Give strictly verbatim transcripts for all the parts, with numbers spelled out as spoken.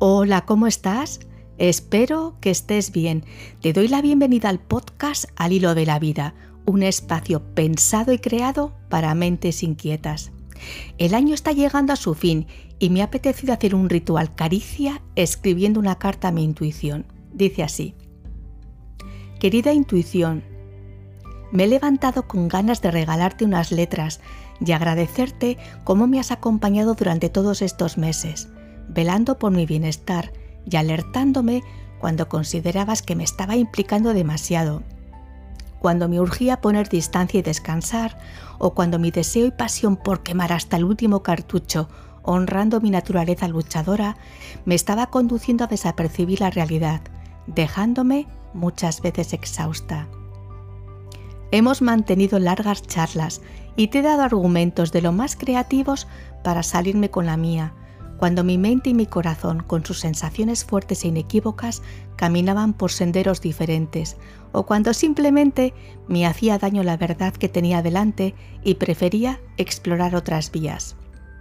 Hola, ¿cómo estás? Espero que estés bien. Te doy la bienvenida al podcast Al Hilo de la Vida, un espacio pensado y creado para mentes inquietas. El año está llegando a su fin y me ha apetecido hacer un ritual caricia escribiendo una carta a mi intuición. Dice así: Querida intuición, me he levantado con ganas de regalarte unas letras y agradecerte cómo me has acompañado durante todos estos meses, velando por mi bienestar y alertándome cuando considerabas que me estaba implicando demasiado, cuando me urgía poner distancia y descansar, o cuando mi deseo y pasión por quemar hasta el último cartucho, honrando mi naturaleza luchadora, me estaba conduciendo a desapercibir la realidad, dejándome muchas veces exhausta. Hemos mantenido largas charlas y te he dado argumentos de lo más creativos para salirme con la mía, cuando mi mente y mi corazón, con sus sensaciones fuertes e inequívocas, caminaban por senderos diferentes, o cuando simplemente me hacía daño la verdad que tenía delante y prefería explorar otras vías.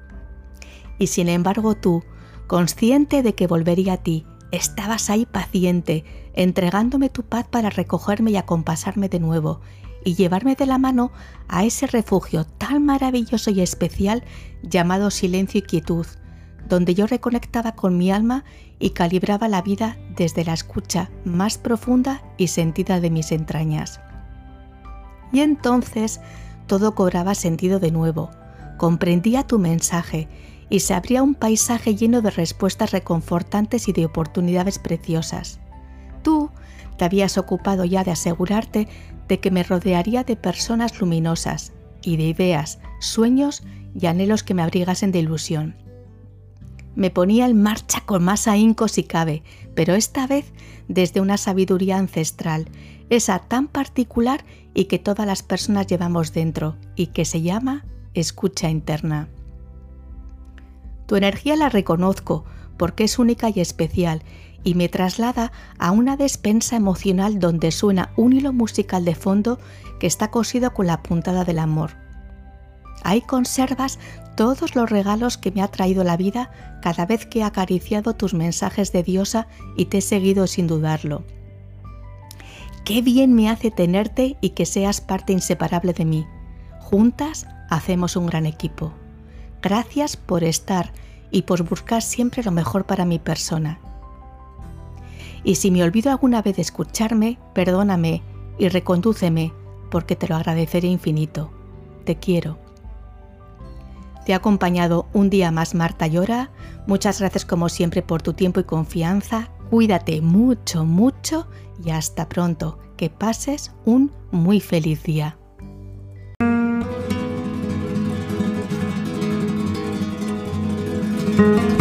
Y sin embargo tú, consciente de que volvería a ti, estabas ahí paciente, entregándome tu paz para recogerme y acompasarme de nuevo, y llevarme de la mano a ese refugio tan maravilloso y especial llamado silencio y quietud, donde yo reconectaba con mi alma y calibraba la vida desde la escucha más profunda y sentida de mis entrañas. Y entonces todo cobraba sentido de nuevo, comprendía tu mensaje y se abría un paisaje lleno de respuestas reconfortantes y de oportunidades preciosas. Tú te habías ocupado ya de asegurarte de que me rodearía de personas luminosas y de ideas, sueños y anhelos que me abrigasen de ilusión. Me ponía en marcha con más ahínco si cabe, pero esta vez desde una sabiduría ancestral, esa tan particular y que todas las personas llevamos dentro y que se llama escucha interna. Tu energía la reconozco porque es única y especial y me traslada a una despensa emocional donde suena un hilo musical de fondo que está cosido con la puntada del amor. Ahí conservas todos los regalos que me ha traído la vida cada vez que he acariciado tus mensajes de diosa y te he seguido sin dudarlo. Qué bien me hace tenerte y que seas parte inseparable de mí. Juntas hacemos un gran equipo. Gracias por estar y por buscar siempre lo mejor para mi persona. Y si me olvido alguna vez de escucharme, perdóname y recondúceme, porque te lo agradeceré infinito. Te quiero. Te ha acompañado un día más Marta Llora. Muchas gracias como siempre por tu tiempo y confianza. Cuídate mucho, mucho y hasta pronto. Que pases un muy feliz día. Thank you.